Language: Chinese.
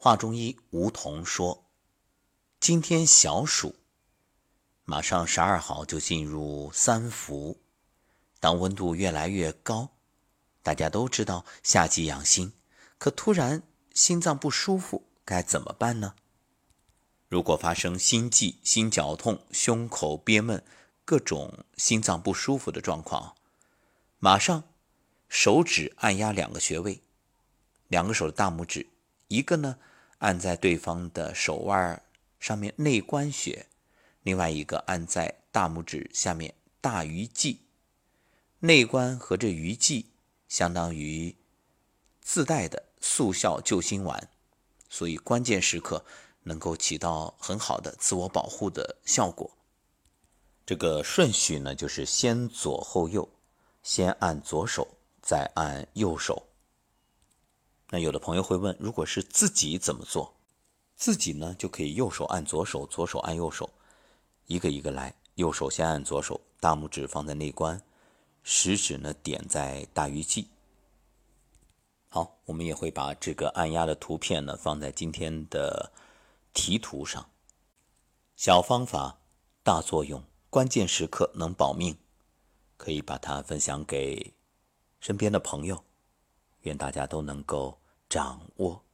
华中医吴桐说，今天小暑，马上12号就进入三伏，当温度越来越高，大家都知道夏季养心，可突然心脏不舒服该怎么办呢？如果发生心悸、心绞痛、胸口憋闷，各种心脏不舒服的状况，马上手指按压2个穴位，2个手的大拇指，一个呢按在对方的手腕上面内关穴，另外一个按在大拇指下面大鱼际。内关和这鱼际相当于自带的速效救心丸，所以关键时刻能够起到很好的自我保护的效果。这个顺序呢，就是先左后右，先按左手，再按右手。那有的朋友会问，如果是自己怎么做？自己呢，就可以右手按左手，左手按右手，一个一个来。右手先按左手，大拇指放在内关，食指呢点在大鱼际。好，我们也会把这个按压的图片呢放在今天的题图上。小方法，大作用，关键时刻能保命，可以把它分享给身边的朋友，愿大家都能够掌握